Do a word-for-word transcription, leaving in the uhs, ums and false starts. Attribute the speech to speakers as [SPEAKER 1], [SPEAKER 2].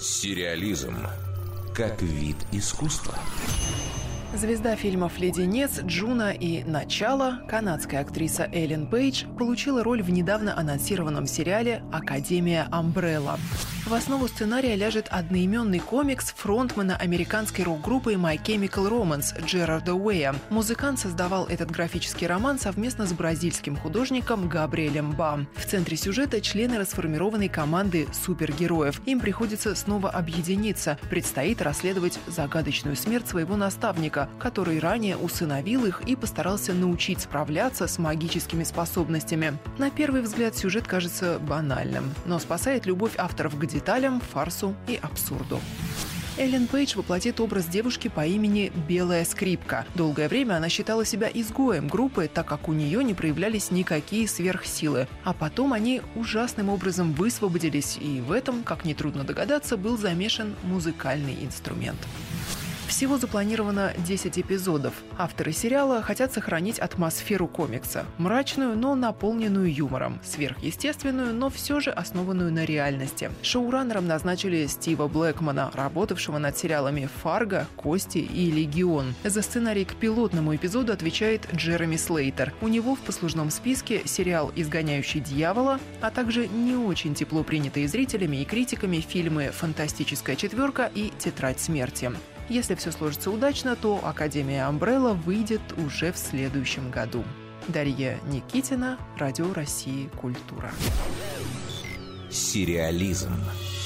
[SPEAKER 1] Сериализм как вид искусства.
[SPEAKER 2] Звезда фильмов «Леденец», «Джуна» и «Начало», канадская актриса Эллен Пейдж получила роль в недавно анонсированном сериале «Академия Амбрелла». В основу сценария ляжет одноименный комикс фронтмена американской рок-группы My Chemical Romance Джерарда Уэя. Музыкант создавал этот графический роман совместно с бразильским художником Габриэлем Ба. В центре сюжета члены расформированной команды супергероев. Им приходится снова объединиться. Предстоит расследовать загадочную смерть своего наставника, который ранее усыновил их и постарался научить справляться с магическими способностями. На первый взгляд сюжет кажется банальным, но спасает любовь авторов к деталям, фарсу и абсурду. Эллен Пейдж воплотит образ девушки по имени Белая Скрипка. Долгое время она считала себя изгоем группы, так как у нее не проявлялись никакие сверхсилы. А потом они ужасным образом высвободились, и в этом, как нетрудно догадаться, был замешан музыкальный инструмент. Всего запланировано десять эпизодов. Авторы сериала хотят сохранить атмосферу комикса. Мрачную, но наполненную юмором. Сверхъестественную, но все же основанную на реальности. Шоураннером назначили Стива Блэкмана, работавшего над сериалами «Фарго», «Кости» и «Легион». За сценарий к пилотному эпизоду отвечает Джереми Слейтер. У него в послужном списке сериал «Изгоняющий дьявола», а также не очень тепло принятые зрителями и критиками фильмы «Фантастическая четверка» и «Тетрадь смерти». Если все сложится удачно, то «Академия Амбрелла» выйдет уже в следующем году. Дарья Никитина, Радио России «Культура».
[SPEAKER 1] Сериализм.